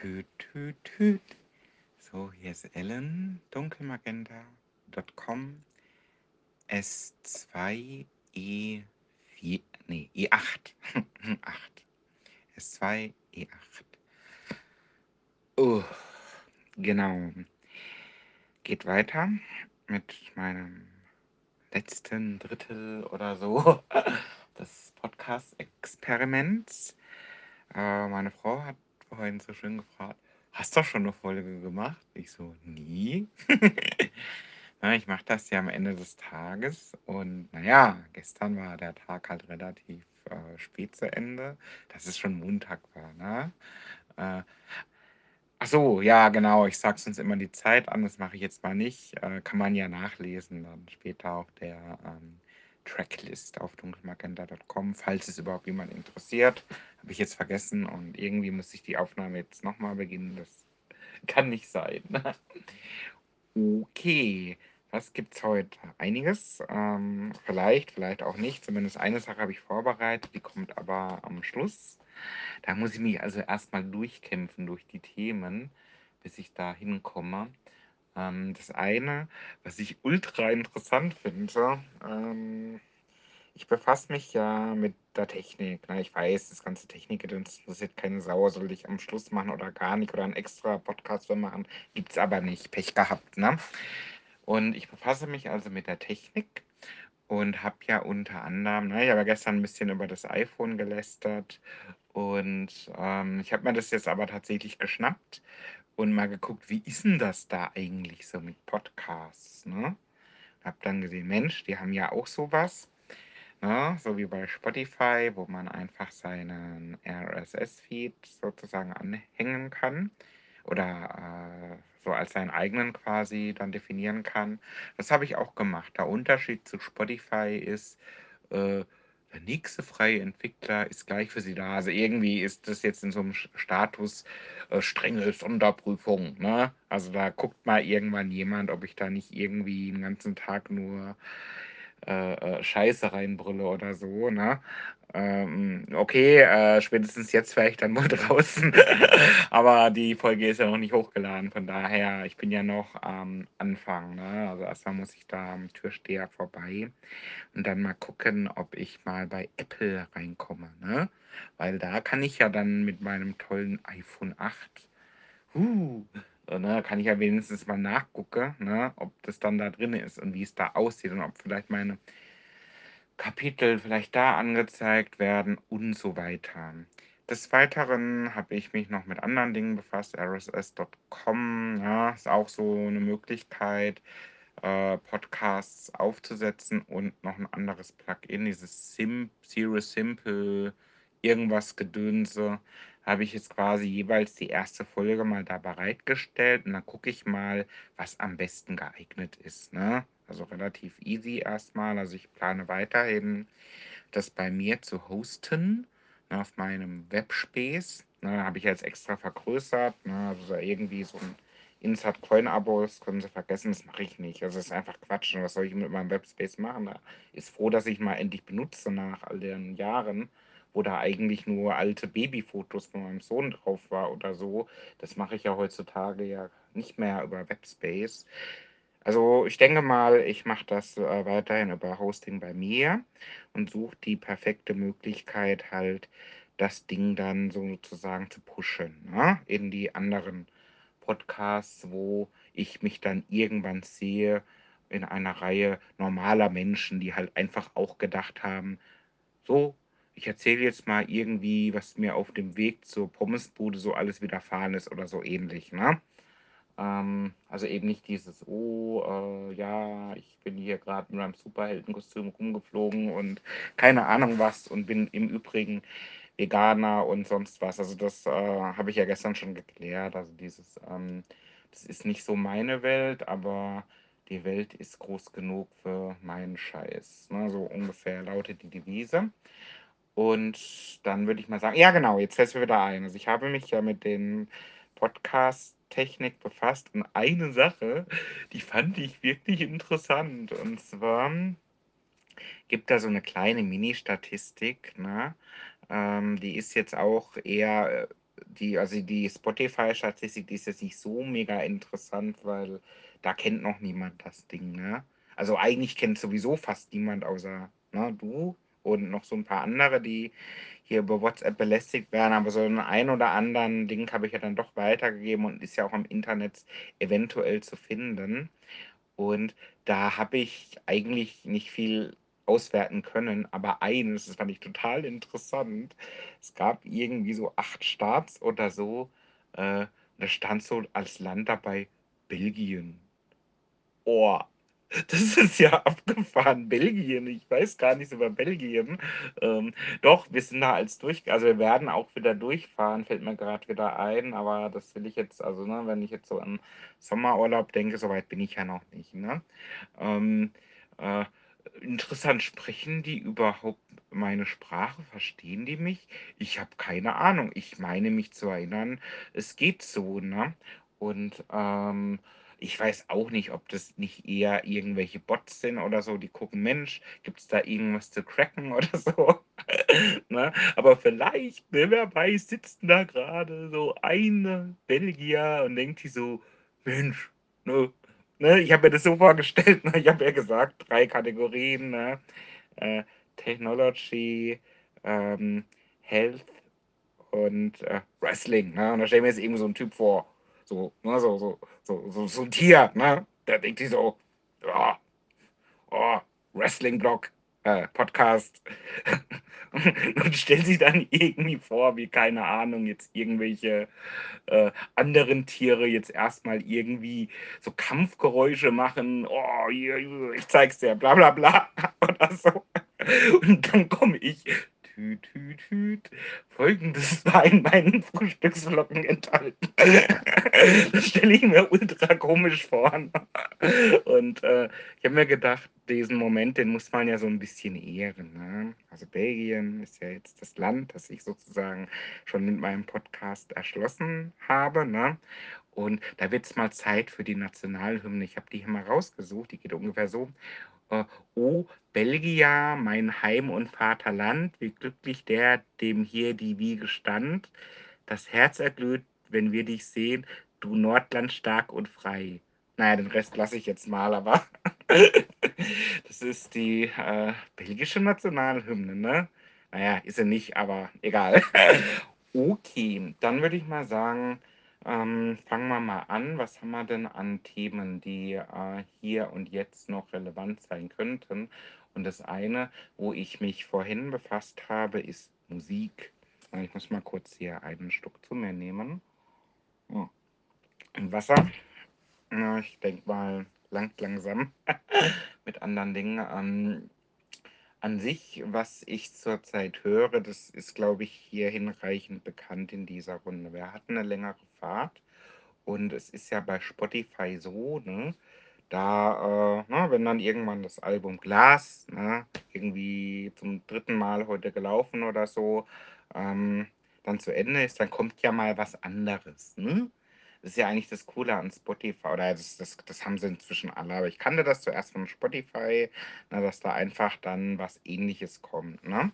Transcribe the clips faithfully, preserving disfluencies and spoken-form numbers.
Tüt, tüt, tüt. So, hier ist Ellen, dunkelmagenta Punkt com, S zwei E vier, nee, E acht. acht. S zwei E acht. Oh, genau. Geht weiter mit meinem letzten Drittel oder so des Podcast-Experiments. Äh, meine Frau hat vorhin so schön gefragt, hast du schon eine Folge gemacht? Ich so, nie. Na, ich mache das ja am Ende des Tages und naja, gestern war der Tag halt relativ äh, spät zu Ende, dass es schon Montag war, ne? Äh, ach so, ja, genau, ich sage sonst immer die Zeit an, das mache ich jetzt mal nicht. Äh, kann man ja nachlesen dann später auf der ähm, Tracklist auf dunkelmagenta Punkt com, falls es überhaupt jemand interessiert. Habe ich jetzt vergessen und irgendwie muss ich die Aufnahme jetzt nochmal beginnen. Das kann nicht sein. Okay, was gibt's heute? Einiges. Ähm, vielleicht, vielleicht auch nicht. Zumindest eine Sache habe ich vorbereitet, die kommt aber am Schluss. Da muss ich mich also erstmal durchkämpfen durch die Themen, bis ich da hinkomme. Ähm, das eine, was ich ultra interessant finde, ähm, ich befasse mich ja mit der Technik. Ne? Ich weiß, das ganze Technik das interessiert keine Sau. Soll ich am Schluss machen oder gar nicht oder einen extra Podcast für machen? Gibt's aber nicht. Pech gehabt, ne? Und ich befasse mich also mit der Technik und habe ja unter anderem, ne, ich habe ja gestern ein bisschen über das iPhone gelästert und ähm, ich habe mir das jetzt aber tatsächlich geschnappt und mal geguckt, wie ist denn das da eigentlich so mit Podcasts, ne? Hab dann gesehen, Mensch, die haben ja auch sowas, ne? So wie bei Spotify, wo man einfach seinen R S S-Feed sozusagen anhängen kann oder äh, so als seinen eigenen quasi dann definieren kann. Das habe ich auch gemacht. Der Unterschied zu Spotify ist, äh, der nächste freie Entwickler ist gleich für Sie da. Also irgendwie ist das jetzt in so einem Sch- Status äh, strenge Sonderprüfung. Ne? Also da guckt mal irgendwann jemand, ob ich da nicht irgendwie den ganzen Tag nur äh, äh, Scheiße reinbrülle oder so. Ne? Ähm, okay, äh, spätestens jetzt wäre ich dann wohl draußen. Aber die Folge ist ja noch nicht hochgeladen. Von daher, ich bin ja noch am Anfang. Ne? Also erstmal muss ich da am Türsteher vorbei und dann mal gucken, ob ich mal bei Apple reinkomme. Ne? Weil da kann ich ja dann mit meinem tollen iPhone acht, huh, äh, ne, kann ich ja wenigstens mal nachgucken, ne, ob das dann da drin ist und wie es da aussieht und ob vielleicht meine Kapitel vielleicht da angezeigt werden und so weiter. Des Weiteren habe ich mich noch mit anderen Dingen befasst. R S S Punkt com, ja, ist auch so eine Möglichkeit, äh, Podcasts aufzusetzen und noch ein anderes Plugin, dieses Sim, Zero Simple, irgendwas Gedönse, habe ich jetzt quasi jeweils die erste Folge mal da bereitgestellt und dann gucke ich mal, was am besten geeignet ist. Ne? Also relativ easy erstmal. Also ich plane weiterhin, das bei mir zu hosten, ne, auf meinem Webspace. Ne, habe ich jetzt extra vergrößert. Ne, also so irgendwie so ein Insert-Coin-Abo, das können Sie vergessen, das mache ich nicht. Also das ist einfach Quatsch. Und was soll ich mit meinem Webspace machen? Da ist froh, dass ich mal endlich benutze nach all den Jahren, wo da eigentlich nur alte Babyfotos von meinem Sohn drauf war oder so. Das mache ich ja heutzutage ja nicht mehr über Webspace. Also ich denke mal, ich mache das äh, weiterhin über Hosting bei mir und suche die perfekte Möglichkeit halt, das Ding dann sozusagen zu pushen, ne? In die anderen Podcasts, wo ich mich dann irgendwann sehe in einer Reihe normaler Menschen, die halt einfach auch gedacht haben, so, ich erzähle jetzt mal irgendwie, was mir auf dem Weg zur Pommesbude so alles widerfahren ist oder so ähnlich, ne? Ähm, also eben nicht dieses, oh, äh, ja, ich bin hier gerade mit meinem Superheldenkostüm rumgeflogen und keine Ahnung was und bin im Übrigen Veganer und sonst was. Also das äh, habe ich ja gestern schon geklärt. Also dieses, ähm, das ist nicht so meine Welt, aber die Welt ist groß genug für meinen Scheiß. Ne? So ungefähr lautet die Devise. Und dann würde ich mal sagen, ja genau, jetzt fällt mir wieder ein. Also ich habe mich ja mit den Podcast-Technik befasst und eine Sache, die fand ich wirklich interessant. Und zwar gibt da so eine kleine Mini-Statistik, ne? Ähm, die ist jetzt auch eher die, also die Spotify-Statistik, die ist jetzt nicht so mega interessant, weil da kennt noch niemand das Ding, ne? Also eigentlich kennt sowieso fast niemand außer, ne, du und noch so ein paar andere, die hier über WhatsApp belästigt werden, aber so einen ein oder anderen Link habe ich ja dann doch weitergegeben und ist ja auch im Internet eventuell zu finden. Und da habe ich eigentlich nicht viel auswerten können, aber eines, das fand ich total interessant. Es gab irgendwie so acht Starts oder so, äh, und da stand so als Land dabei Belgien. Oh, das ist ja abgefahren. Belgien, ich weiß gar nichts über Belgien. Ähm, doch, wir sind da als durch, also wir werden auch wieder durchfahren, fällt mir gerade wieder ein, aber das will ich jetzt, also ne, wenn ich jetzt so an Sommerurlaub denke, so weit bin ich ja noch nicht, ne? Ähm, äh, Interessant, sprechen die überhaupt meine Sprache? Verstehen die mich? Ich habe keine Ahnung. Ich meine mich zu erinnern, es geht so, ne? Und ähm, ich weiß auch nicht, ob das nicht eher irgendwelche Bots sind oder so, die gucken, Mensch, gibt es da irgendwas zu cracken oder so? Ne? Aber vielleicht, ne, wer weiß, sitzt da gerade so eine Belgier und denkt sich so, Mensch, ne, ne, ich habe mir das so vorgestellt, ne, ich habe ja gesagt, drei Kategorien, ne, äh, Technology, ähm, Health und äh, Wrestling, ne? Und da stelle ich mir jetzt irgendwie so ein Typ vor, so, ne, so, so, so, so, so ein Tier, ne? Der denkt sich so, ja, oh, Wrestling-Blog, äh, Podcast. Und stellt sich dann irgendwie vor, wie, keine Ahnung, jetzt irgendwelche äh, anderen Tiere jetzt erstmal irgendwie so Kampfgeräusche machen. Oh, hier, hier, ich zeig's dir, bla bla bla. Oder so. Und dann komme ich. Tüt, tüt, tüt. Folgendes war in meinen Frühstücksflocken enthalten. Das stelle ich mir ultra komisch vor. Und äh, ich habe mir gedacht, diesen Moment, den muss man ja so ein bisschen ehren. Ne? Also Belgien ist ja jetzt das Land, das ich sozusagen schon mit meinem Podcast erschlossen habe. Ne? Und da wird es mal Zeit für die Nationalhymne. Ich habe die hier mal rausgesucht. Die geht ungefähr so. Äh, O Belgia, mein Heim und Vaterland, wie glücklich der, dem hier die Wiege stand. Das Herz erglüht, wenn wir dich sehen, du Nordland stark und frei. Naja, den Rest lasse ich jetzt mal, aber das ist die äh, belgische Nationalhymne, ne? Naja, ist sie nicht, aber egal. Okay, dann würde ich mal sagen, ähm, fangen wir mal an. Was haben wir denn an Themen, die äh, hier und jetzt noch relevant sein könnten? Und das eine, wo ich mich vorhin befasst habe, ist Musik. Äh, Ich muss mal kurz hier einen Schluck zu mir nehmen. Oh, ein Wasser. Ja, ich denke mal, langt langsam mit anderen Dingen. Ähm, an sich, was ich zurzeit höre, das ist, glaube ich, hier hinreichend bekannt in dieser Runde. Wir hatten eine längere Fahrt und es ist ja bei Spotify so, ne, da, äh, ne, wenn dann irgendwann das Album Glas, ne, irgendwie zum dritten Mal heute gelaufen oder so, ähm, dann zu Ende ist, dann kommt ja mal was anderes, ne? Das ist ja eigentlich das Coole an Spotify, oder das, das, das haben sie inzwischen alle, aber ich kannte das zuerst von Spotify, ne, dass da einfach dann was Ähnliches kommt, ne?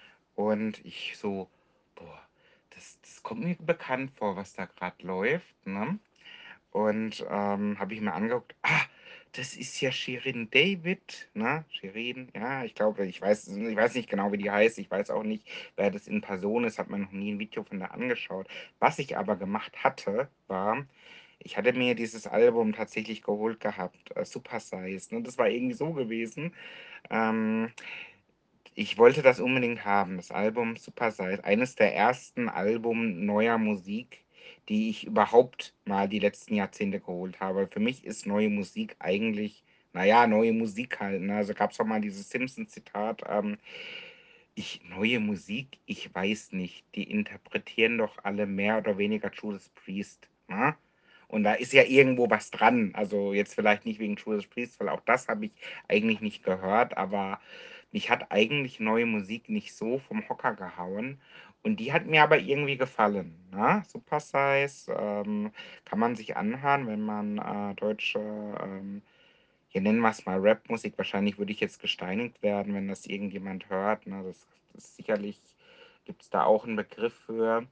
Und ich so, boah, das, das kommt mir bekannt vor, was da gerade läuft, ne? Und ähm, habe ich mir angeguckt, ah, das ist ja Shirin David, ne? Shirin, ja, ich glaube, ich weiß, ich weiß nicht genau, wie die heißt. Ich weiß auch nicht, wer das in Person ist, hat mir noch nie ein Video von der angeschaut. Was ich aber gemacht hatte, war, ich hatte mir dieses Album tatsächlich geholt gehabt, äh, Super Size, ne? Das war irgendwie so gewesen. Ähm, Ich wollte das unbedingt haben, das Album Super Size, eines der ersten Album neuer Musik, die ich überhaupt mal die letzten Jahrzehnte geholt habe. Für mich ist neue Musik eigentlich, naja, neue Musik halt. Ne? Also gab es auch mal dieses Simpsons-Zitat, ähm, ich, neue Musik, ich weiß nicht, die interpretieren doch alle mehr oder weniger Judas Priest. Ne? Und da ist ja irgendwo was dran. Also jetzt vielleicht nicht wegen Judas Priest, weil auch das habe ich eigentlich nicht gehört, aber mich hat eigentlich neue Musik nicht so vom Hocker gehauen. Und die hat mir aber irgendwie gefallen. Ne? Super Size ähm, kann man sich anhören, wenn man äh, deutsche, ähm, hier nennen wir es mal Rap-Musik. Wahrscheinlich würde ich jetzt gesteinigt werden, wenn das irgendjemand hört. Ne? Das, das sicherlich gibt es da auch einen Begriff für.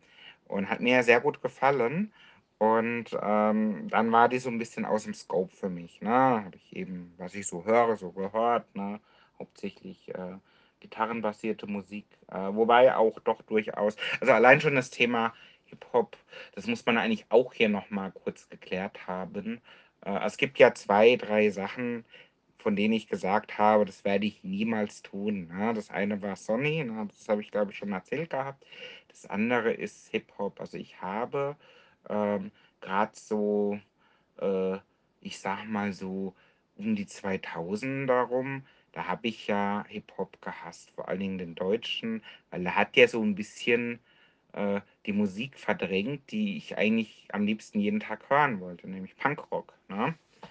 und hat mir sehr gut gefallen. Und, ähm, dann war die so ein bisschen aus dem Scope für mich, ne? Habe ich eben, was ich so höre, so gehört, ne? Hauptsächlich, äh, gitarrenbasierte Musik, äh, wobei auch doch durchaus, also, allein schon das Thema Hip-Hop, das muss man eigentlich auch hier noch mal kurz geklärt haben. Äh, es gibt ja zwei drei Sachen, von denen ich gesagt habe, das werde ich niemals tun, ne? Das eine war Sonny, ne, das habe ich, glaube ich, schon erzählt gehabt. Das andere ist Hip-Hop. Also, ich habe, ähm, grad so, äh, ich sage mal so um die zweitausender rum, da habe ich ja Hip-Hop gehasst, vor allen Dingen den Deutschen, weil er hat ja so ein bisschen, äh, die Musik verdrängt, die ich eigentlich am liebsten jeden Tag hören wollte, nämlich Punkrock, ne?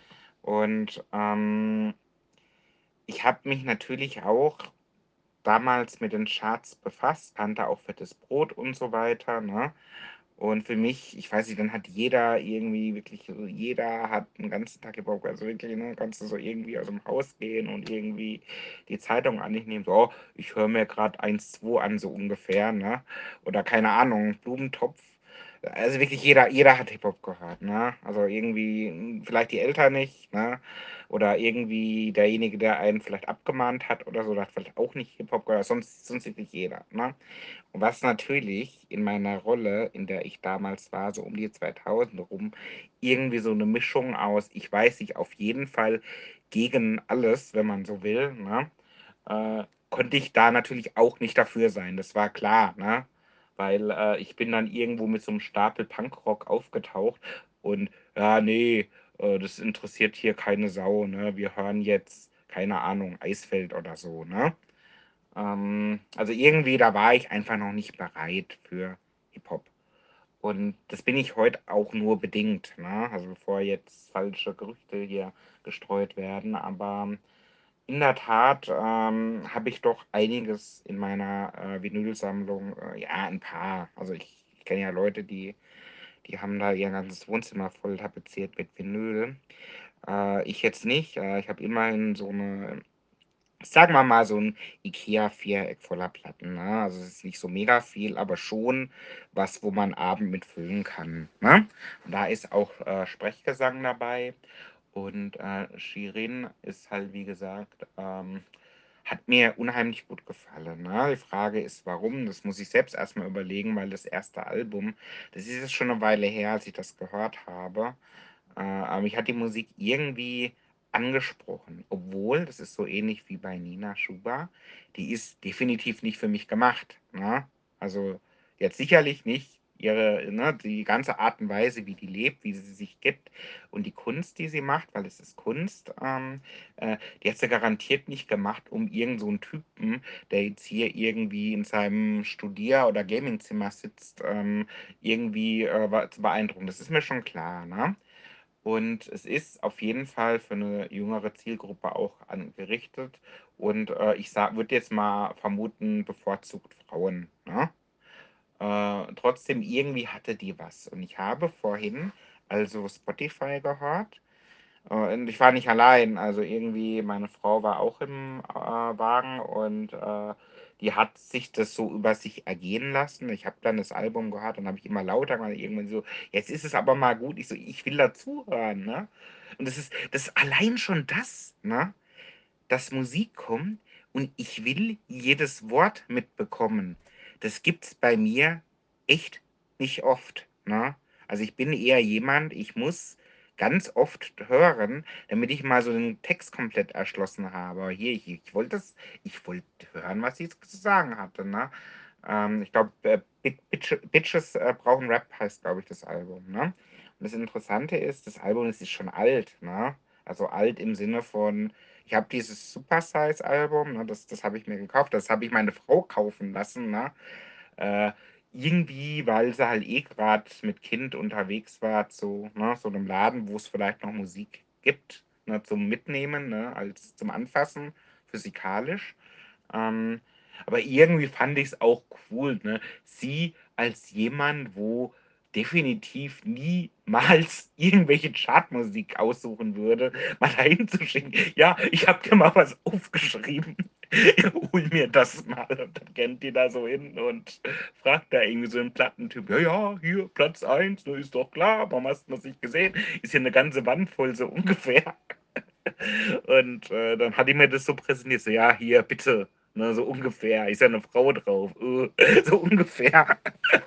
Und, ähm, ich habe mich natürlich auch damals mit den Charts befasst, kannte auch Fettes Brot und so weiter, ne? Und für mich, ich weiß nicht, dann hat jeder irgendwie wirklich, so jeder hat 'n ganzen Tag Hip-Hop, also wirklich, ne, kannst du so irgendwie aus'm Haus gehen und irgendwie die Zeitung an dich nehmen, so: „Oh, ich höre mir grad eins zwei an", so ungefähr, ne? Oder keine Ahnung, Blumentopf. Also wirklich jeder jeder hat Hip-Hop gehört, ne? Also irgendwie, hm, vielleicht die Eltern nicht, ne? Oder irgendwie derjenige, der einen vielleicht abgemahnt hat oder so, der hat vielleicht auch nicht Hip-Hop gehört, sonst sonst wirklich jeder, ne? Und was natürlich in meiner Rolle, in der ich damals war, so um die zweitausend rum, irgendwie so eine Mischung aus, ich weiß nicht, auf jeden Fall gegen alles, wenn man so will, ne, äh, konnte ich da natürlich auch nicht dafür sein. Das war klar, ne? Weil, äh, ich bin dann irgendwo mit so einem Stapel Punkrock aufgetaucht und: „Ja, nee, äh, das interessiert hier keine Sau, ne? Wir hören jetzt, keine Ahnung, Eisfeld oder so", ne? Ähm, also irgendwie, da war ich einfach noch nicht bereit für Hip-Hop. Und das bin ich heute auch nur bedingt, ne? Also bevor jetzt falsche Gerüchte hier gestreut werden. Aber in der Tat, ähm, habe ich doch einiges in meiner, äh, Vinylsammlung, äh, ja, ein paar. Also ich ich kenne ja Leute, die die haben da ihr ganzes Wohnzimmer voll tapeziert mit Vinyl. Äh, ich jetzt nicht. Äh, ich habe immerhin so eine, sagen wir mal, so 'n IKEA-Viereck voller Platten, ne? Also, es ist nicht so mega viel, aber schon was, wo man Abend mit füllen kann, ne? Und da ist auch, äh, Sprechgesang dabei und, äh, Shirin ist halt, wie gesagt, ähm hat mir unheimlich gut gefallen, ne? Die Frage ist, warum? Das muss ich selbst erst mal überlegen, weil das erste Album, das ist jetzt schon eine Weile her, als ich das gehört habe. Äh, aber mich hat die Musik irgendwie angesprochen, obwohl, das ist so ähnlich wie bei Nina Schuber, die ist definitiv nicht für mich gemacht, ne? Also, jetzt sicherlich nicht ihre, ne, die ganze Art und Weise, wie die lebt, wie sie sich gibt und die Kunst, die sie macht, weil es ist Kunst, ähm, äh, die hat sie garantiert nicht gemacht, um irgend so 'n Typen, der jetzt hier irgendwie in seinem Studier oder Gamingzimmer sitzt, ähm, irgendwie, äh, wa zu beeindrucken. Das ist mir schon klar, ne? Und es ist auf jeden Fall für eine jüngere Zielgruppe auch angerichtet und, äh, ich würde jetzt mal vermuten, bevorzugt Frauen, ne? Äh, trotzdem irgendwie hatte die was. Und ich habe vorhin also Spotify gehört, äh, und ich war nicht allein. Also irgendwie meine Frau war auch im, äh, Wagen und, äh, die hat sich das so über sich ergehen lassen. Ich habe dann das Album gehört, dann habe ich immer lauter gemacht, irgendwann so: „Jetzt ist es aber mal gut." Ich so: „Ich will dazuhören", ne? Und das ist das, allein schon das, ne? Dass Musik kommt und ich will jedes Wort mitbekommen. Das gibt's bei mir echt nicht oft, ne? Also, ich bin eher jemand, ich muss ganz oft hören, damit ich mal so den Text komplett erschlossen habe. Aber hier, ich ich wollte das ich wollte hören, was sie zu sagen hatte, ne? Ähm, ich glaube, äh, Bit Bitche „Bitches, äh, brauchen Rap" heißt, glaube ich, das Album, ne? Und das Interessante ist, das Album, das ist schon alt, ne? Also, alt im Sinne von, ich habe dieses Super Size Album, ne, das das habe ich mir gekauft. Das habe ich meine Frau kaufen lassen, ne? Äh, irgendwie, weil sie halt eh grad mit Kind unterwegs war zu, ne, so 'nem Laden, wo's vielleicht noch Musik gibt, ne, zum Mitnehmen, ne, als zum Anfassen, physikalisch. Ähm, aber irgendwie fand ich's auch cool, ne? Sie als jemand, wo definitiv niemals irgendwelche Chartmusik aussuchen würde, mal dahin zu schicken: „Ja, ich habe dir mal was aufgeschrieben." hol mir das mal. Und dann rennt die da so hin und fragt da irgendwie so einen Plattentyp, ja, ja, hier, Platz eins, ne, ist doch klar, warum hast du das nicht gesehen? Ist hier eine ganze Wand voll, so ungefähr. Und äh, dann hat die mir das so präsentiert, so, ja, hier, bitte, ne, so ungefähr, ist ja eine Frau drauf, äh, so ungefähr.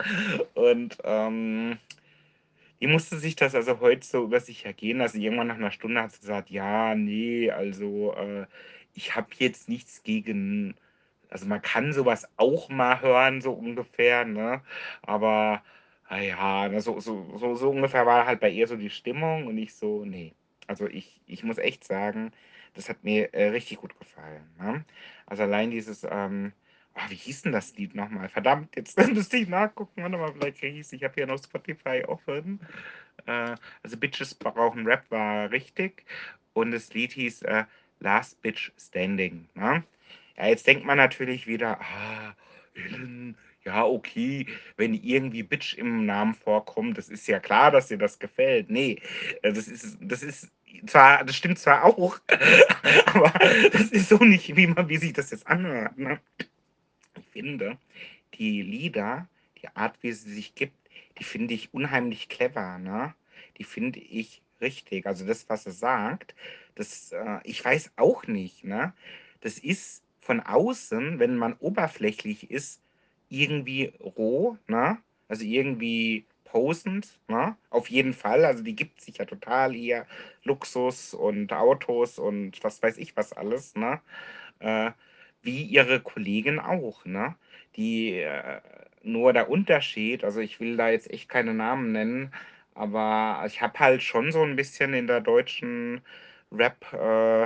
Und ähm, die musste sich das also heute so über sich ergehen lassen. Irgendwann nach einer Stunde hat sie gesagt, ja, nee, also äh, ich habe jetzt nichts gegen, also man kann sowas auch mal hören, so ungefähr, ne? Aber na ja, ne, so, so, so, so ungefähr war halt bei ihr so die Stimmung und ich so, nee. Also ich, ich muss echt sagen, das hat mir äh, richtig gut gefallen. Ne? Also allein dieses, ähm, ah, wie hieß denn das Lied nochmal? Verdammt, jetzt müsste ich nachgucken. Warte mal, vielleicht kriege ich es. Ich habe hier noch Spotify offen. Äh, also Bitches brauchen Rap war richtig. Und das Lied hieß äh, Last Bitch Standing. Ne? Ja, jetzt denkt man natürlich wieder, ah, Ellen, ja, okay, wenn irgendwie Bitch im Namen vorkommt, das ist ja klar, dass dir das gefällt. Nee, äh, das ist, das ist zwar, das stimmt zwar auch, aber das ist so nicht, wie man, wie sich das jetzt anhört. Ne? Ich finde, die Lieder, die Art, wie sie sich gibt, die finde ich unheimlich clever, ne? Die finde ich richtig. Also das, was er sagt, das, äh, ich weiß auch nicht, ne? Das ist von außen, wenn man oberflächlich ist, irgendwie roh, ne? Also irgendwie posend, ne? Auf jeden Fall. Also die gibt sich ja total hier Luxus und Autos und was weiß ich was alles, ne? Äh, wie ihre Kollegen auch, ne? Die äh, nur der Unterschied, also ich will da jetzt echt keine Namen nennen, aber ich habe halt schon so ein bisschen in der deutschen Rap, äh, äh,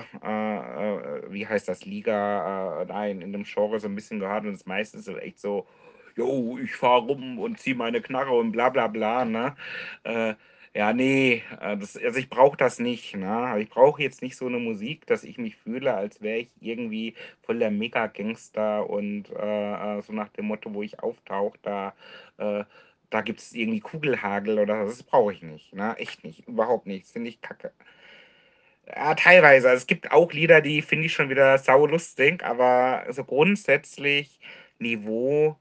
äh, wie heißt das, Liga, äh, nein, in dem Genre so ein bisschen gehört und das meiste ist so echt so, yo, ich fahr rum und zieh meine Knarre und bla bla bla, ne? Äh, ja, nee, äh, das, also ich brauche das nicht, ne? Also ich brauche jetzt nicht so eine Musik, dass ich mich fühle, als wäre ich irgendwie voll der Mega-Gangster und äh, äh, so nach dem Motto, wo ich auftauche, da, äh, da gibt es irgendwie Kugelhagel oder so. Das brauche ich nicht, ne? Echt nicht, überhaupt nicht. Das finde ich kacke. Ja, teilweise. Also es gibt auch Lieder, die finde ich schon wieder saulustig, aber so grundsätzlich Niveau,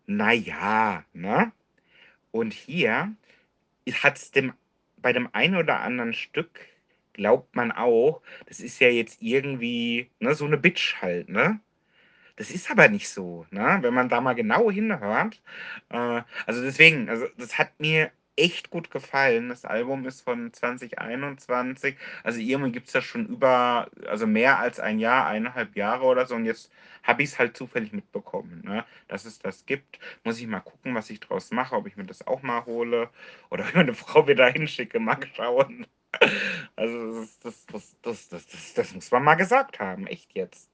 naja, ne? Und hier hat es dem bei dem einen oder anderen Stück glaubt man auch, das ist ja jetzt irgendwie, ne, so eine Bitch halt, ne? Das ist aber nicht so, ne? Wenn man da mal genau hinhört. Äh, also deswegen, also das hat mir echt gut gefallen. Das Album ist von zwanzig einundzwanzig. Also irgendwie gibt es das schon über, also mehr als ein Jahr, eineinhalb Jahre oder so. Und jetzt habe ich es halt zufällig mitbekommen, ne? Dass es das gibt. Muss ich mal gucken, was ich draus mache, ob ich mir das auch mal hole oder ob ich meine Frau wieder hinschicke. Mal schauen. Also das, das, das, das, das, das, das muss man mal gesagt haben. Echt jetzt.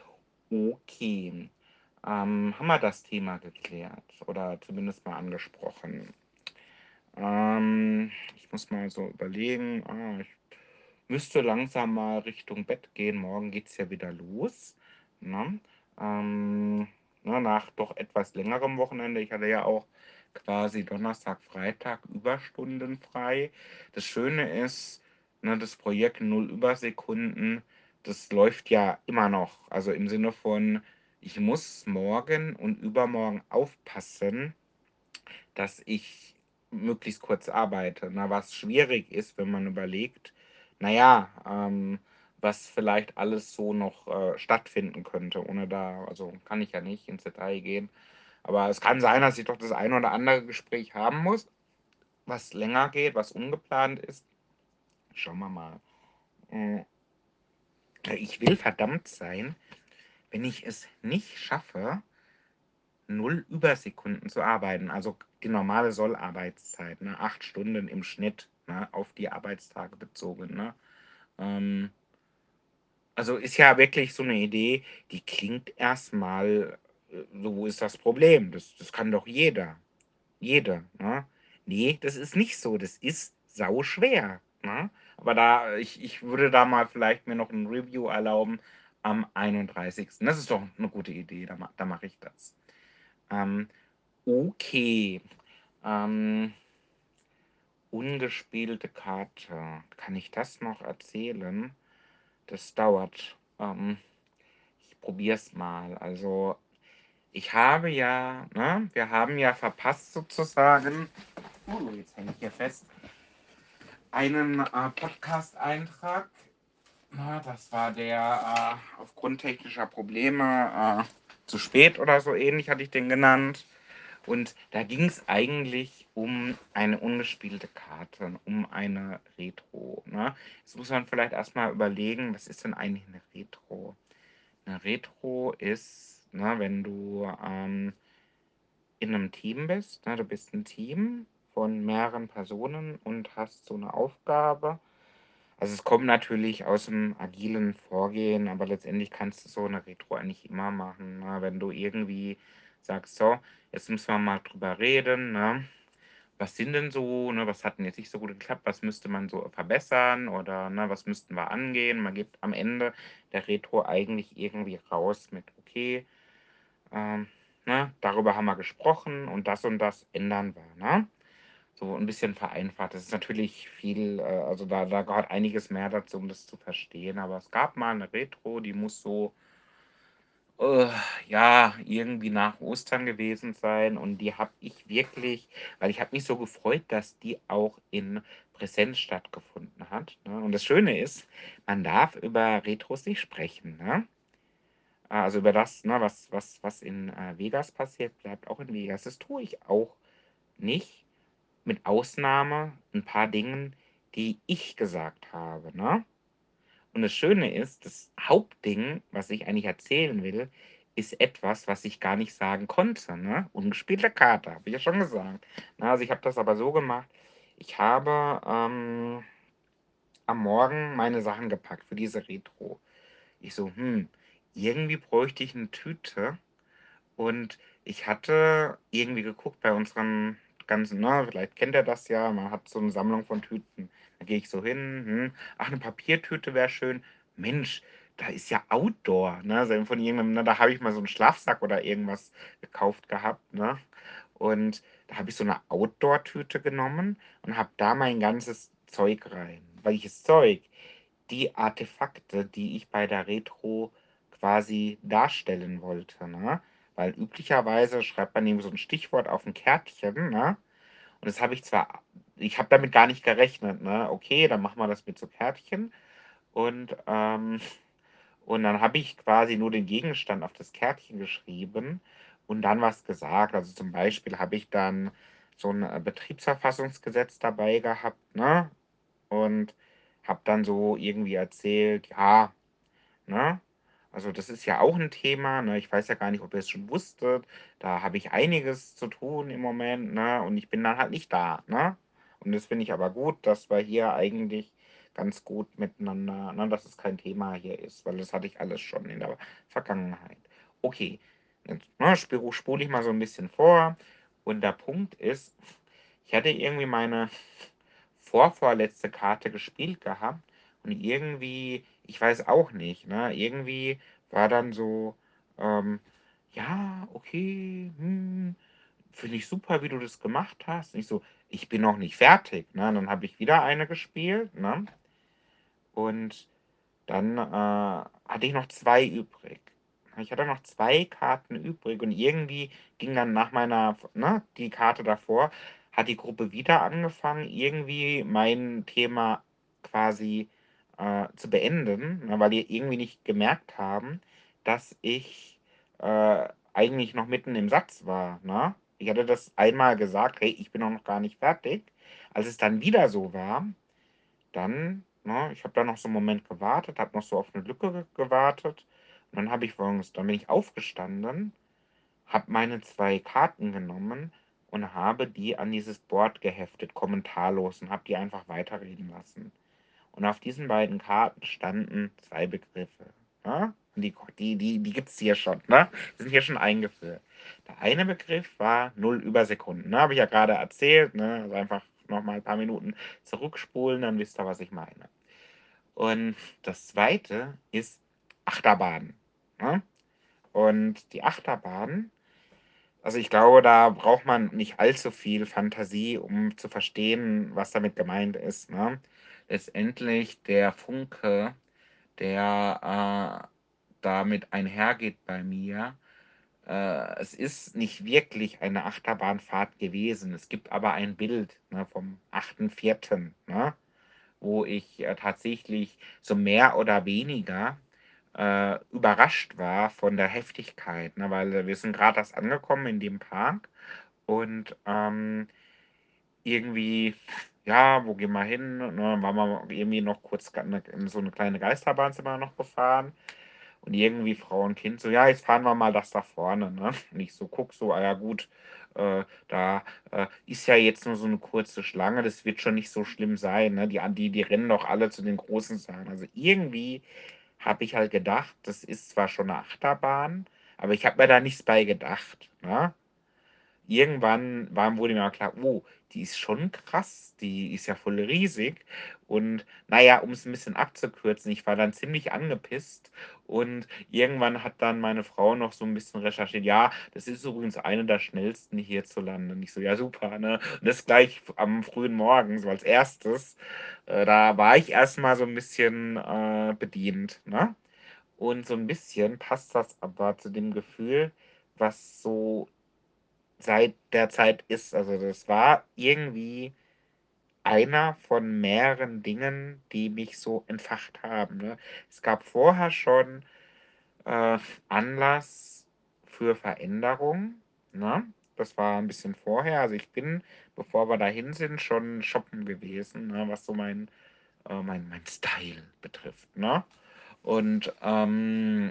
Okay. Ähm, haben wir das Thema geklärt oder zumindest mal angesprochen? Ähm, ich muss mal so überlegen. Ah, ich müsste langsam mal Richtung Bett gehen. Morgen geht es ja wieder los. Ne? Ähm, ne, nach doch etwas längerem Wochenende. Ich hatte ja auch quasi Donnerstag, Freitag Überstunden frei. Das Schöne ist, ne, das Projekt Null Übersekunden, das läuft ja immer noch. Also im Sinne von, ich muss morgen und übermorgen aufpassen, dass ich möglichst kurz arbeite. Na, was schwierig ist, wenn man überlegt, naja, ähm, was vielleicht alles so noch äh, stattfinden könnte, ohne da, also kann ich ja nicht ins Detail gehen. Aber es kann sein, dass ich doch das ein oder andere Gespräch haben muss, was länger geht, was ungeplant ist. Schauen wir mal. Mm, Ich will verdammt sein, wenn ich es nicht schaffe, null Übersekunden zu arbeiten, also die normale Sollarbeitszeit, ne, acht Stunden im Schnitt, ne, auf die Arbeitstage bezogen, ne? Ähm, also ist ja wirklich so eine Idee, die klingt erstmal, äh, so, wo ist das Problem? Das das kann doch jeder. Jeder, ne? Ne, das ist nicht so, das ist sauschwer, ne? Aber da ich ich würde da mal vielleicht mir noch ein Review erlauben am einunddreißigsten. Das ist doch eine gute Idee, da ma da mache ich das. Ähm, Okay. Ähm, ungespielte Karte. Kann ich das noch erzählen? Das dauert. Ähm, ich probier's mal. Also, ich habe ja ne, wir haben ja verpasst sozusagen uh, jetzt hänge ich hier fest, einen, äh, Podcast-Eintrag. Na, das war der, äh, aufgrund technischer Probleme, äh, zu spät oder so ähnlich hatte ich den genannt. Und da ging's eigentlich um eine ungespielte Karte, um eine Retro, ne? Jetzt muss man vielleicht erst mal überlegen, was ist denn eigentlich 'ne Retro? 'Ne Retro ist, ne, wenn du, ähm in 'nem Team bist, ne? Du bist 'n Team von mehreren Personen und hast so 'ne Aufgabe. Also, es kommt natürlich aus'm agilen Vorgehen, aber letztendlich kannst du so 'ne Retro eigentlich immer machen, ne? Wenn du irgendwie sagst: „So, jetzt müssen wir mal drüber reden, ne? Was sind denn so ne, was hat denn jetzt nicht so gut geklappt? Was müsste man so verbessern oder, ne, was müssten wir angehen?“ Man gibt am Ende der Retro eigentlich irgendwie raus mit: „Okay, ähm, ne, darüber haben wir gesprochen und das und das ändern wir“, ne? So 'n bisschen vereinfacht. Das ist natürlich viel, äh also, da da gehört einiges mehr dazu, um das zu verstehen. Aber es gab mal 'ne Retro, die muss so äh, ja, irgendwie nach Ostern gewesen sein und die habe ich wirklich weil ich habe mich so gefreut, dass die auch in Präsenz stattgefunden hat, ne? Und das Schöne ist, man darf über Retros nicht sprechen, ne? Ah, also, über das, ne, was was was in, äh, Vegas passiert, bleibt auch in Vegas. Das tue ich auch nicht, mit Ausnahme 'n paar Dingen, die ich gesagt habe, ne? Und das Schöne ist, das Hauptding, was ich eigentlich erzählen will, ist etwas, was ich gar nicht sagen konnte, ne? Ungespielte Karte, habe ich ja schon gesagt. Ne, also, ich habe das aber so gemacht, ich habe, ähm, am Morgen meine Sachen gepackt für diese Retro. Ich so: „Hm, irgendwie bräuchte ich 'ne Tüte.“ Und ich hatte irgendwie geguckt bei unseren ganzen ne, vielleicht kennt ihr das ja, man hat so 'ne Sammlung von Tüten. Da gehe ich so hin, hm: „Ach, 'ne Papiertüte wäre schön.“ Mensch, da ist ja Outdoor, ne? So von irgend 'nem ne, da habe ich mal so 'n Schlafsack oder irgendwas gekauft gehabt, ne? Und da habe ich so 'ne Outdoor-Tüte genommen und habe da mein ganzes Zeug rein. Welches Zeug? Die Artefakte, die ich bei der Retro quasi darstellen wollte, ne? Weil üblicherweise schreibt man irgendwie so 'n Stichwort auf 'n Kärtchen, ne? Und das habe ich zwar ich habe damit gar nicht gerechnet, ne? Okay, dann machen wir das mit so Kärtchen und, ähm und dann habe ich quasi nur den Gegenstand auf das Kärtchen geschrieben und dann was gesagt. Also, zum Beispiel habe ich dann so 'n, äh, Betriebsverfassungsgesetz dabei gehabt, ne? Und habe dann so irgendwie erzählt, ja, ne? Also, das ist ja auch 'n Thema, ne? Ich weiß ja gar nicht, ob ihr's schon wusstet. Da habe ich einiges zu tun im Moment, ne? Und ich bin dann halt nicht da, ne? Und das finde ich aber gut, dass wir hier eigentlich ganz gut miteinander ne, dass es kein Thema hier ist, weil das hatte ich alles schon in der Vergangenheit. Okay, jetzt, ne, spiru spule ich mal so 'n bisschen vor und der Punkt ist, ich hatte irgendwie meine vorvorletzte Karte gespielt gehabt und irgendwie ich weiß auch nicht, ne, irgendwie war dann so, ähm: „Ja, okay, hm, finde ich super, wie du das gemacht hast.“ Und ich so: „Ich bin noch nicht fertig“, ne? Und dann habe ich wieder eine gespielt, ne? Und dann, äh, hatte ich noch zwei übrig. Ich hatte noch zwei Karten übrig und irgendwie ging dann nach meiner f ne, die Karte davor hat die Gruppe wieder angefangen, irgendwie mein Thema quasi, äh, zu beenden, ne, weil die irgendwie nicht gemerkt haben, dass ich, äh, eigentlich noch mitten im Satz war, ne? Ich hatte das einmal gesagt: „Hey, ich bin auch noch gar nicht fertig.“ Als es dann wieder so war, dann ne, ich habe da noch so 'n Moment gewartet, habe noch so auf 'ne Lücke ge gewartet und dann habe ich Folgendes dann bin ich aufgestanden, habe meine zwei Karten genommen und habe die an dieses Board geheftet, kommentarlos und habe die einfach weiterreden lassen. Und auf diesen beiden Karten standen zwei Begriffe, ne? Und die ko die die die gibt's hier schon, ne? Die sind hier schon eingeführt. Der eine Begriff war null Übersekunden, ne? Habe ich ja grade erzählt, ne? Also, einfach noch mal 'n paar Minuten zurückspulen, dann wisst ihr, was ich meine. Und das Zweite ist Achterbahn, ne? Und die Achterbahn also, ich glaube, da braucht man nicht allzu viel Fantasie, um zu verstehen, was damit gemeint ist, ne? Letztendlich der Funke, der, äh damit einhergeht bei mir, äh, es ist nicht wirklich eine Achterbahnfahrt gewesen. Es gibt aber ein Bild, ne, vom achten vierten, ne, wo ich, äh, tatsächlich so mehr oder weniger, äh, überrascht war von der Heftigkeit, ne, weil, äh, wir sind grad erst angekommen in dem Park und, ähm, irgendwie, ja, wo gehen wir hin, ne? Dann waren wir irgendwie noch kurz ga ne, in so 'ne kleine Geisterbahn sind wir noch gefahren und irgendwie Frau und Kind so: „Ja, jetzt fahren wir mal das da vorne", ne? Und ich so gucke so: „Ah ja gut, äh, da, äh, ist ja jetzt nur so 'ne kurze Schlange, das wird schon nicht so schlimm sein, ne? Die an die die rennen doch alle zu den großen Sachen." Also, irgendwie habe ich halt gedacht, das ist zwar schon 'ne Achterbahn, aber ich habe mir da nichts bei gedacht, ne? Irgendwann war wurde mir aber klar: „Oh, die ist schon krass, die ist ja voll riesig." Und na ja, um's 'n bisschen abzukürzen, ich war dann ziemlich angepisst und irgendwann hat dann meine Frau noch so 'n bisschen recherchiert: „Ja, das ist übrigens eine der schnellsten hierzulande." Und ich so: „Ja super", ne? Und das gleich f am frühen Morgen so als erstes. Äh, da war ich erst mal so 'n bisschen, äh, bedient, ne? Und so 'n bisschen passt das aber zu dem Gefühl, was so seit der Zeit ist. Also, das war irgendwie einer von mehreren Dingen, die mich so entfacht haben, ne? Es gab vorher schon, äh, Anlass für Veränderung, ne? Das war 'n bisschen vorher. Also, ich bin, bevor wir dahin sind, schon shoppen gewesen, ne, was so mein äh, mein mein Style betrifft, ne? Und, ähm,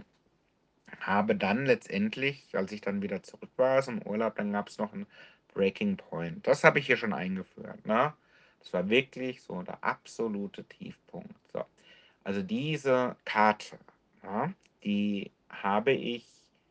habe dann letztendlich, als ich dann wieder zurück war aus'm Urlaub, dann gab's noch 'n Breaking Point. Das habe ich hier schon eingeführt, ne? Das war wirklich so der absolute Tiefpunkt, so. Also, diese Karte, ja, die habe ich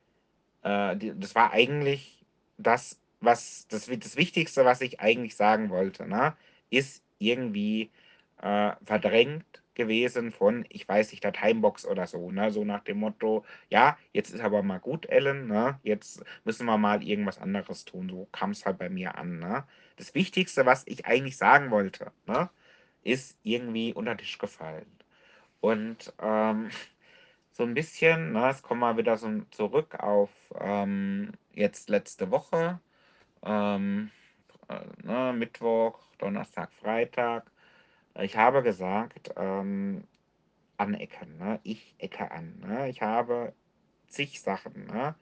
äh, die das war eigentlich das, was das wi das Wichtigste, was ich eigentlich sagen wollte, ne, ist irgendwie, äh, verdrängt gewesen von, ich weiß nicht, der Timebox oder so, ne? So nach dem Motto: „Ja, jetzt ist aber mal gut, Ellen, ne? Jetzt müssen wir mal irgendwas anderes tun." So kam's halt bei mir an, ne? Das Wichtigste, was ich eigentlich sagen wollte, ne, ist irgendwie unter 'n Tisch gefallen. Und, ähm, so 'n bisschen, ne, jetzt kommen wir wieder so 'n zurück auf, ähm, jetzt letzte Woche, ähm, äh, ne, Mittwoch, Donnerstag, Freitag. Ich habe gesagt, ähm, anecken, ne? Ich ecke an, ne? Ich habe zig Sachen, ne?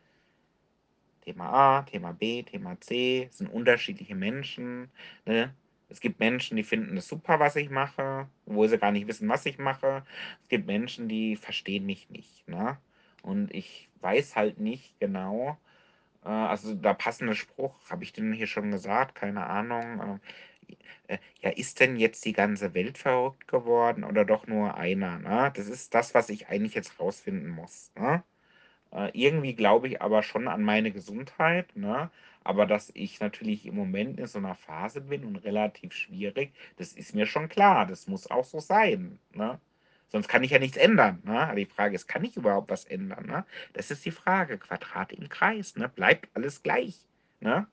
Thema A, Thema B, Thema C, es sind unterschiedliche Menschen, ne? Es gibt Menschen, die finden es super, was ich mache, obwohl sie gar nicht wissen, was ich mache. Es gibt Menschen, die verstehen mich nicht, ne? Und ich weiß halt nicht genau äh, also, der passende Spruch, habe ich den hier schon gesagt? Keine Ahnung. Äh, äh, ja, ist denn jetzt die ganze Welt verrückt geworden oder doch nur einer, ne? Das ist das, was ich eigentlich jetzt rausfinden muss, ne? Äh, irgendwie glaube ich aber schon an meine Gesundheit, ne? Aber dass ich natürlich im Moment in so 'ner Phase bin und relativ schwierig, das ist mir schon klar. Das muss auch so sein, ne? Sonst kann ich ja nichts ändern, ne? Aber die Frage ist, kann ich überhaupt was ändern, ne? Das ist die Frage. Quadrat im Kreis, ne? Bleibt alles gleich, ne?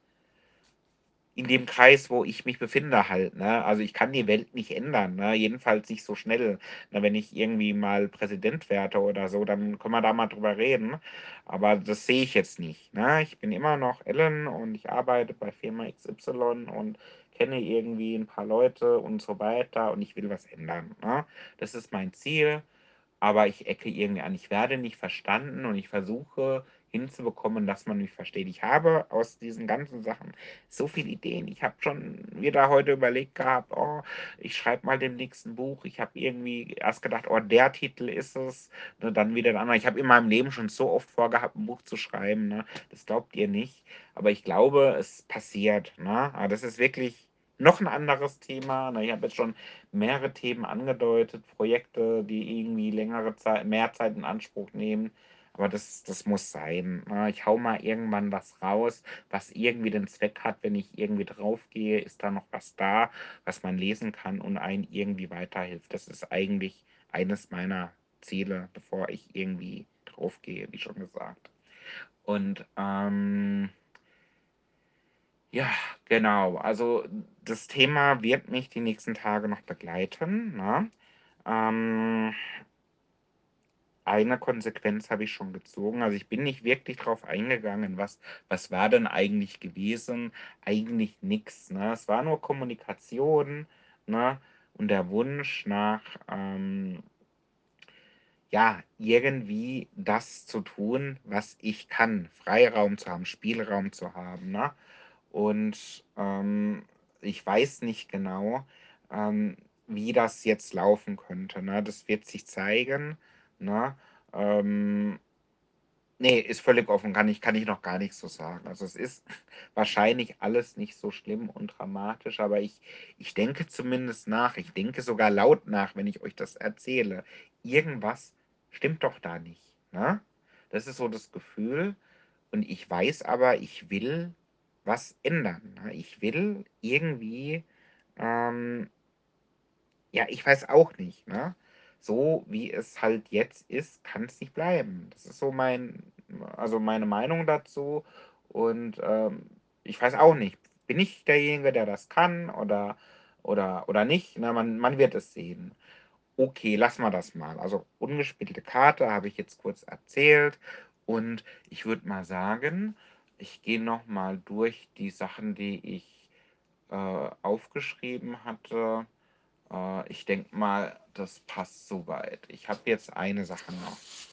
In dem Kreis, wo ich mich befinde halt, ne? Also, ich kann die Welt nicht ändern, ne? Jedenfalls nicht so schnell. Ne, wenn ich irgendwie mal Präsident werde oder so, dann können wir da mal drüber reden, aber das sehe ich jetzt nicht, ne? Ich bin immer noch Ellen und ich arbeite bei Firma X Y und kenne irgendwie 'n paar Leute und so weiter und ich will was ändern, ne? Das ist mein Ziel, aber ich ecke irgendwie an. Ich werde nicht verstanden und ich versuche hinzubekommen, dass man mich versteht. Ich habe aus diesen ganzen Sachen so viele Ideen. Ich habe schon wieder heute überlegt gehabt: „Oh, ich schreibe mal demnächst 'n Buch." Ich habe irgendwie erst gedacht: „Oh, der Titel ist es", ne, dann wieder 'n anderer. Ich habe in meinem Leben schon so oft vorgehabt, 'n Buch zu schreiben, ne? Das glaubt ihr nicht. Aber ich glaube, es passiert, ne? Aber das ist wirklich noch 'n anderes Thema, ne? Ich habe jetzt schon mehrere Themen angedeutet, Projekte, die irgendwie längere Zei mehr Zeit in Anspruch nehmen, aber das das muss sein, ne? Ich haue mal irgendwann was raus, was irgendwie den Zweck hat, wenn ich irgendwie draufgehe, ist da noch was da, was man lesen kann und einen irgendwie weiterhilft. Das ist eigentlich eines meiner Ziele, bevor ich irgendwie draufgehe, wie schon gesagt. Und, ähm ja, genau. Also, das Thema wird mich die nächsten Tage noch begleiten, ne? Ähm eine Konsequenz habe ich schon gezogen. Also, ich bin nicht wirklich drauf eingegangen, was was war denn eigentlich gewesen? Eigentlich nix, ne? Es war nur Kommunikation, ne, und der Wunsch nach, ähm ja, irgendwie das zu tun, was ich kann, Freiraum zu haben, Spielraum zu haben, ne? Und, ähm, ich weiß nicht genau, ähm, wie das jetzt laufen könnte, ne? Das wird sich zeigen, ne? Ähm, ne, ist völlig offen, kann ich kann ich noch gar nicht so sagen. Also, es ist wahrscheinlich alles nicht so schlimm und dramatisch, aber ich ich denke zumindest nach. Ich denke sogar laut nach, wenn ich euch das erzähle. Irgendwas stimmt doch da nicht, ne? Das ist so das Gefühl und ich weiß aber, ich will was ändern, ne? Ich will irgendwie, ähm ja, ich weiß auch nicht, ne? So wie es halt jetzt ist, kann es nicht bleiben. Das ist so mein also, meine Meinung dazu und, ähm, ich weiß auch nicht, bin ich derjenige, der das kann oder oder oder nicht, ne? Man man wird es sehen. Okay, lassen wir das mal. Also, ungespielte Karte habe ich jetzt kurz erzählt und ich würde mal sagen, ich gehe noch mal durch die Sachen, die ich, äh, aufgeschrieben hatte. Äh, ich denke mal, das passt so weit. Ich habe jetzt eine Sache noch.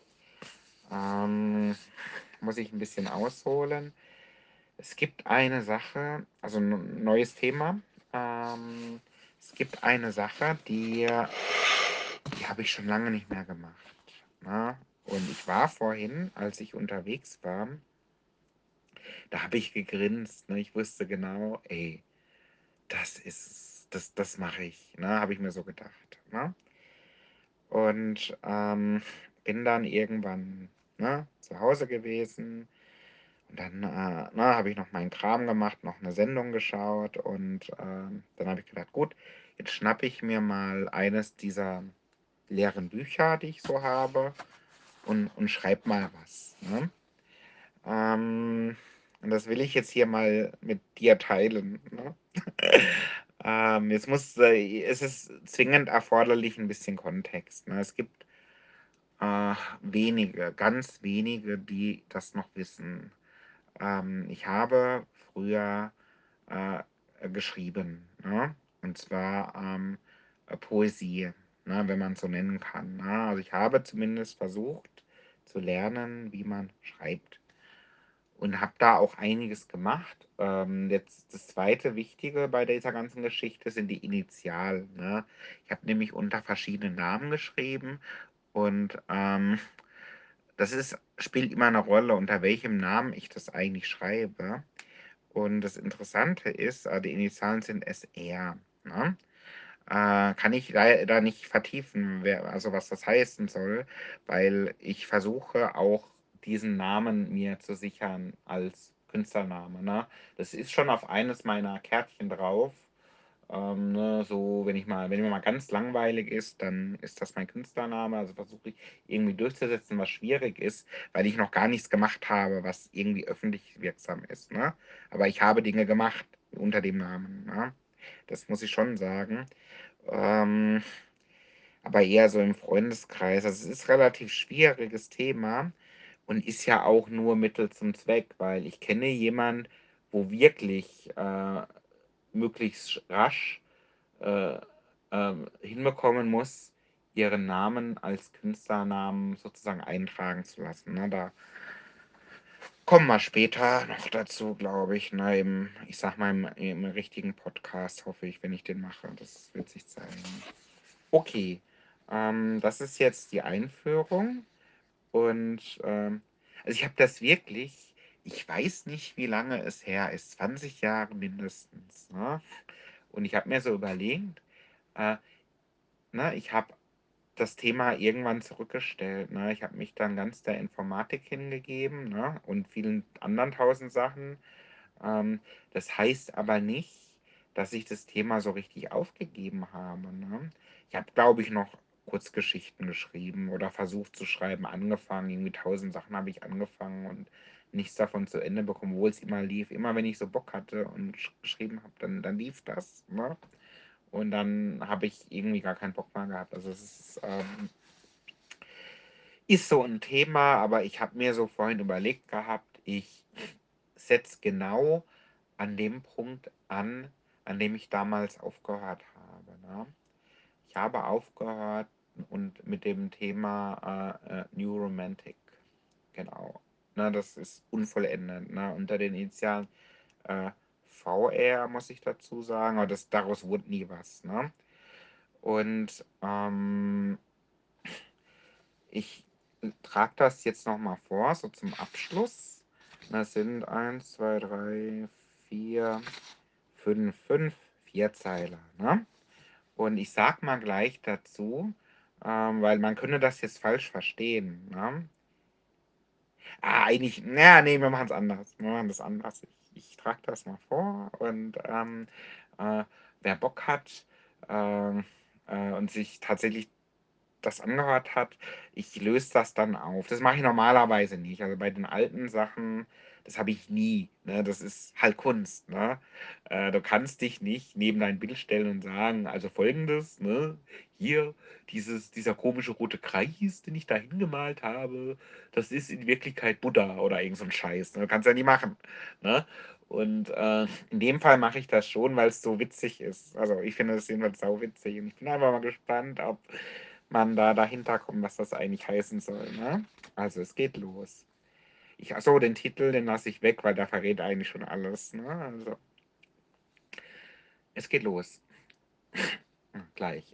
Ähm, muss ich ein bisschen ausholen. Es gibt eine Sache, also 'n neues Thema. Ähm, es gibt eine Sache, die die habe ich schon lange nicht mehr gemacht, ne? Und ich war vorhin, als ich unterwegs war, da habe ich gegrinst, ne? Ich wusste genau: „Ey, das ist es. Das das mache ich“, ne? Habe ich mir so gedacht, ne? Und, ähm, bin dann irgendwann, ne, zu Hause gewesen und dann, äh, ne, habe ich noch meinen Kram gemacht, noch eine Sendung geschaut und, ähm, dann habe ich gedacht: „Gut, jetzt schnappe ich mir mal eines dieser leeren Bücher, die ich so habe und und schreibe mal was“, ne? Ähm, und das will ich jetzt hier mal mit dir teilen, ne? Ähm, jetzt muss äh, es ist zwingend erforderlich ein bisschen Kontext, ne? Es gibt Äh, wenige, ganz wenige, die das noch wissen. Ähm, ich habe früher, äh, äh, geschrieben, ne? Und zwar, ähm, äh, Poesie, ne, wenn man's so nennen kann, ne? Also, ich habe zumindest versucht zu lernen, wie man schreibt und habe da auch einiges gemacht. Ähm, jetzt das zweite Wichtige bei dieser ganzen Geschichte sind die Initialen, ne? Ich habe nämlich unter verschiedenen Namen geschrieben und, ähm das ist spielt immer eine Rolle, unter welchem Namen ich das eigentlich schreibe. Und das Interessante ist, äh, die Initialen sind S R, ne? Äh, kann ich leider nicht vertiefen, wer also, was das heißen soll, weil ich versuche auch, diesen Namen mir zu sichern als Künstlername, ne? Das ist schon auf eines meiner Kärtchen drauf. Ähm, ne, so, wenn ich mal wenn mir mal ganz langweilig ist, dann ist das mein Künstlername. Also, versuche ich irgendwie durchzusetzen, was schwierig ist, weil ich noch gar nichts gemacht habe, was irgendwie öffentlich wirksam ist, ne? Aber ich habe Dinge gemacht unter dem Namen, ne? Das muss ich schon sagen. Ähm, aber eher so im Freundeskreis. Also, es ist relativ schwieriges Thema und ist ja auch nur Mittel zum Zweck, weil ich kenne jemand, wo wirklich, äh, möglichst sch rasch äh, ähm, hinbekommen muss, ihren Namen als Künstlernamen sozusagen eintragen zu lassen, ne? Da kommen wir später noch dazu, glaube ich, ne, im ich sage mal, im im richtigen Podcast, hoffe ich, wenn ich den mache. Das wird sich zeigen. Okay, ähm, das ist jetzt die Einführung und, ähm also, ich habe das wirklich ich weiß nicht, wie lange es her ist, zwanzig Jahre mindestens, ne? Und ich habe mir so überlegt, äh, ne, ich habe das Thema irgendwann zurückgestellt, ne? Ich habe mich dann ganz der Informatik hingegeben, ne, und vielen anderen tausend Sachen. Ähm, das heißt aber nicht, dass ich das Thema so richtig aufgegeben habe, ne? Ich habe, glaube ich, noch Kurzgeschichten geschrieben oder versucht zu schreiben, angefangen. Irgendwie tausend Sachen habe ich angefangen und nichts davon zu Ende bekommen, obwohl es immer lief. Immer wenn ich so Bock hatte und sch geschrieben habe, dann dann lief das, ne? Und dann habe ich irgendwie gar keinen Bock mehr gehabt. Also, es ist, ähm Ist so ein Thema, aber ich habe mir so vorhin überlegt gehabt, ich setze genau an dem Punkt an, an dem ich damals aufgehört habe, ne? Ich habe aufgehört und mit dem Thema, äh, äh, New Romantic, genau. Ne, das ist unvollendet, ne? Unter den Initialen, äh, V R, muss ich dazu sagen, aber das daraus wurde nie was, ne? Und, ähm ich trage das jetzt noch mal vor, so zum Abschluss. Das sind eins, zwei, drei, vier, fünf, fünf Vierzeiler, ne? Und ich sag mal gleich dazu, ähm, weil man könnte das jetzt falsch verstehen, ne? Ah, eigentlich, na, ne, wir machen's anders. Wir machen das anders. Ich ich trage das mal vor und, ähm, äh, wer Bock hat, ähm, äh, und sich tatsächlich das angehört hat, ich löse das dann auf. Das mache ich normalerweise nicht. Also bei den alten Sachen, das habe ich nie. Ne? Das ist halt Kunst. Ne? Äh, du kannst dich nicht neben dein Bild stellen und sagen, also folgendes, ne? Hier, dieses, dieser komische rote Kreis, den ich da hingemalt habe, das ist in Wirklichkeit Buddha oder irgend so ein Scheiß. Ne? Kannst ja nie machen. Ne? Und äh, in dem Fall mache ich das schon, weil es so witzig ist. Also ich finde das jedenfalls sau witzig. Und ich bin einfach mal gespannt, ob man da dahinter kommt, was das eigentlich heißen soll. Ne? Also es geht los. Ich, achso, den Titel, den lasse ich weg, weil der verrät eigentlich schon alles. Ne? Also, es geht los. Hm, gleich.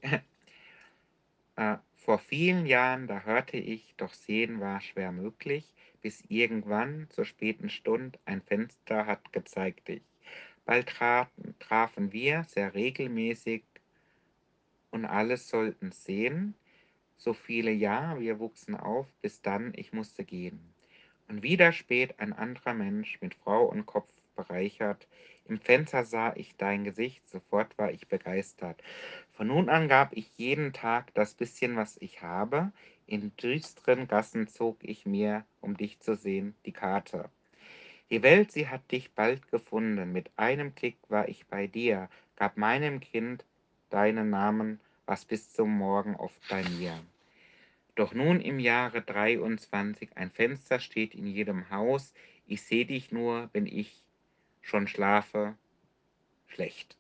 Äh, vor vielen Jahren, da hörte ich, doch sehen war schwer möglich, bis irgendwann zur späten Stund ein Fenster hat gezeigt dich. Bald traten, trafen wir sehr regelmäßig und alles sollten sehen. So viele Jahre, wir wuchsen auf, bis dann ich musste gehen. Und wieder spät ein anderer Mensch mit Frau und Kopf bereichert. Im Fenster sah ich dein Gesicht, sofort war ich begeistert. Von nun an gab ich jeden Tag das bisschen, was ich habe. In düsteren Gassen zog ich mir, um dich zu sehen, die Karte. Die Welt, sie hat dich bald gefunden. Mit einem Klick war ich bei dir, gab meinem Kind deinen Namen, was bis zum Morgen oft bei mir. Doch nun im Jahre dreiundzwanzig, ein Fenster steht in jedem Haus. Ich seh dich nur, wenn ich schon schlafe. Schlecht.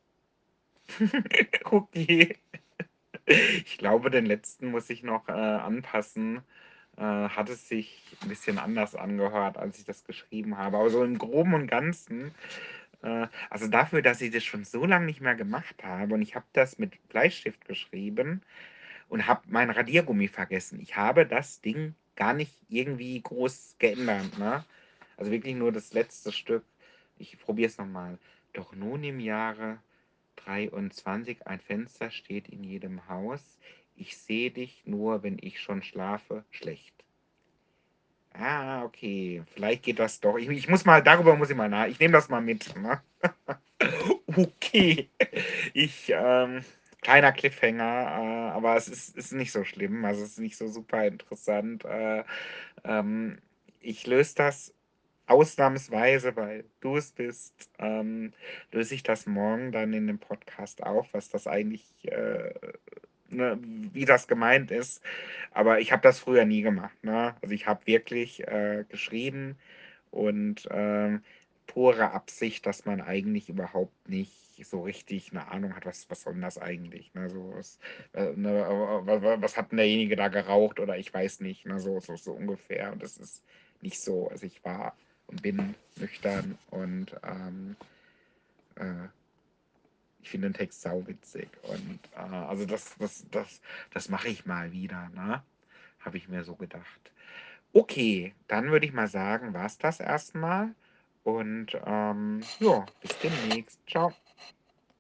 Okay. Ich glaube, den letzten muss ich noch äh, anpassen. Äh, hat es sich ein bisschen anders angehört, als ich das geschrieben habe. Aber so im Groben und Ganzen, äh, also dafür, dass ich das schon so lange nicht mehr gemacht habe und ich habe das mit Bleistift geschrieben, und habe mein Radiergummi vergessen. Ich habe das Ding gar nicht irgendwie groß geändert, ne? Also wirklich nur das letzte Stück. Ich probiere es nochmal. Doch nun im Jahre dreiundzwanzig, ein Fenster steht in jedem Haus. Ich sehe dich nur, wenn ich schon schlafe, schlecht. Ah, okay. Vielleicht geht das doch. Ich, ich muss mal, darüber muss ich mal nach. Ich nehme das mal mit. Ne? Okay. Ich, ähm, kleiner Cliffhanger, äh, aber es ist, ist nicht so schlimm. Also es ist nicht so super interessant. Äh, ähm, ich löse das ausnahmsweise, weil du es bist, ähm, löse ich das morgen dann in dem Podcast auf, was das eigentlich, äh, ne, wie das gemeint ist. Aber ich habe das früher nie gemacht. Ne? Also ich habe wirklich äh, geschrieben und ähm, pure Absicht, dass man eigentlich überhaupt nicht so richtig eine Ahnung hat, was, was soll denn das eigentlich? Ne? So, was, äh, ne, äh, wa- wa- was hat denn derjenige da geraucht oder ich weiß nicht, ne? So, so, so ungefähr. Und das ist nicht so. Also ich war und bin nüchtern und ähm, äh, ich finde den Text sauwitzig. Und äh, also das, das, das, das mache ich mal wieder, ne? Habe ich mir so gedacht. Okay, dann würde ich mal sagen, war es das erstmal. Und ähm, ja, bis demnächst. Ciao.